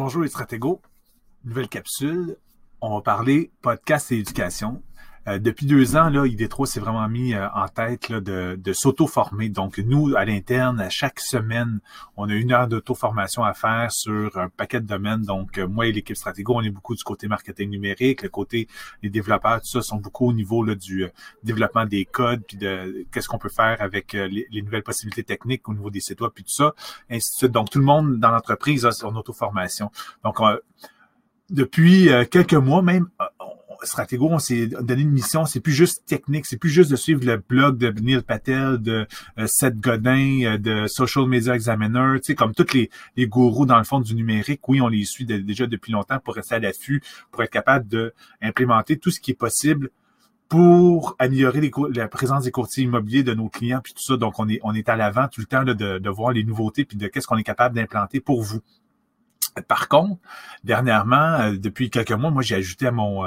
Bonjour les stratégos, nouvelle capsule. On va parler podcast et éducation. Depuis 2 ans, là, ID3 s'est vraiment mis en tête là, de s'auto-former. Donc, nous, à l'interne, à chaque semaine, on a 1 heure d'auto-formation à faire sur un paquet de domaines. Donc, moi et l'équipe Stratégo, on est beaucoup du côté marketing numérique, le côté des développeurs, tout ça, sont beaucoup au niveau là, du développement des codes, puis de qu'est-ce qu'on peut faire avec les nouvelles possibilités techniques au niveau des sites web, puis tout ça, ainsi de suite. Donc, tout le monde dans l'entreprise a son auto-formation. Donc, depuis quelques mois même, Stratégo, on s'est donné une mission, c'est plus juste technique, c'est plus juste de suivre le blog de Neil Patel, de Seth Godin, de Social Media Examiner, tu sais, comme tous les gourous dans le fond du numérique. Oui, on les suit déjà depuis longtemps pour rester à l'affût, pour être capable de implémenter tout ce qui est possible pour améliorer la présence des courtiers immobiliers de nos clients, puis tout ça. Donc, on est à l'avant tout le temps là, de voir les nouveautés, puis de qu'est-ce qu'on est capable d'implanter pour vous. Par contre, dernièrement, depuis quelques mois, moi, j'ai ajouté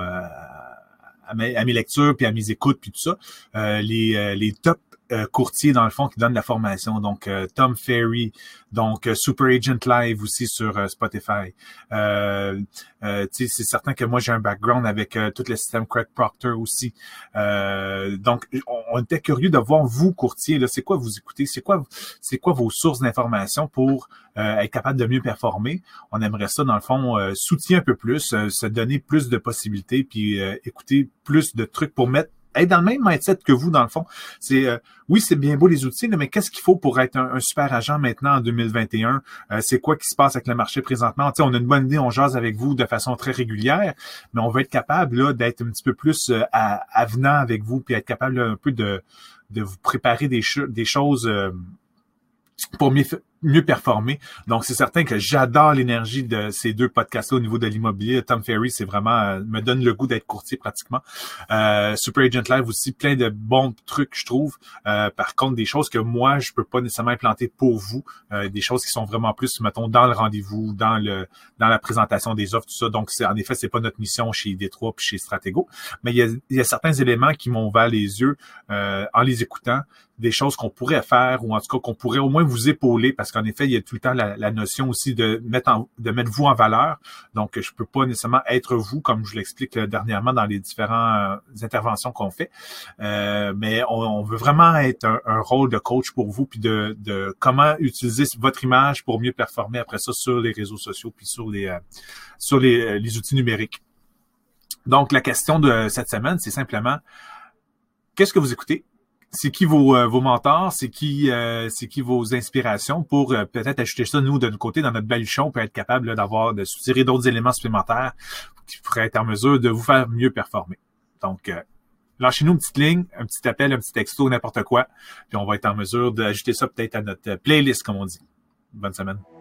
à mes lectures, puis à mes écoutes, puis tout ça, les top courtiers, dans le fond, qui donnent la formation. Donc, Tom Ferry, donc Super Agent Live aussi sur Spotify. C'est certain que moi, j'ai un background avec tout le système Craig Proctor aussi. Donc, on était curieux de voir, vous, courtiers, là, c'est quoi vous écoutez? C'est quoi vos sources d'informations pour être capable de mieux performer? On aimerait ça, dans le fond, soutenir un peu plus, se donner plus de possibilités, puis écouter plus de trucs pour être dans le même mindset que vous, dans le fond. Oui, c'est bien beau les outils, là, mais qu'est-ce qu'il faut pour être un super agent maintenant en 2021? C'est quoi qui se passe avec le marché présentement? On a une bonne idée, on jase avec vous de façon très régulière, mais on va être capable là, d'être un petit peu plus avenant avec vous, puis être capable là, un peu de vous préparer des choses pour mieux performer. Donc, c'est certain que j'adore l'énergie de ces 2 podcasts-là au niveau de l'immobilier. Tom Ferry, c'est vraiment, me donne le goût d'être courtier pratiquement. Super Agent Live aussi, plein de bons trucs, je trouve. Par contre, des choses que moi, je peux pas nécessairement implanter pour vous. Des choses qui sont vraiment plus, mettons, dans le rendez-vous, dans la présentation des offres, tout ça. Donc, en effet, c'est pas notre mission chez ID3 puis chez Stratégo. Mais il y a certains éléments qui m'ont ouvert les yeux en les écoutant, des choses qu'on pourrait faire, ou en tout cas qu'on pourrait au moins vous épauler, parce qu'en effet, il y a tout le temps la notion aussi de mettre vous en valeur. Donc, je peux pas nécessairement être vous, comme je l'explique dernièrement dans les différentes interventions qu'on fait. Mais on veut vraiment être un rôle de coach pour vous, puis de comment utiliser votre image pour mieux performer après ça sur les réseaux sociaux, puis sur les outils numériques. Donc, la question de cette semaine, c'est simplement, qu'est-ce que vous écoutez? C'est qui vos mentors? C'est qui vos inspirations pour peut-être ajouter ça, nous, de notre côté, dans notre baluchon, pour être capable là, de soutirer d'autres éléments supplémentaires qui pourraient être en mesure de vous faire mieux performer. Donc, lâchez-nous une petite ligne, un petit appel, un petit texto, n'importe quoi, puis on va être en mesure d'ajouter ça peut-être à notre playlist, comme on dit. Bonne semaine.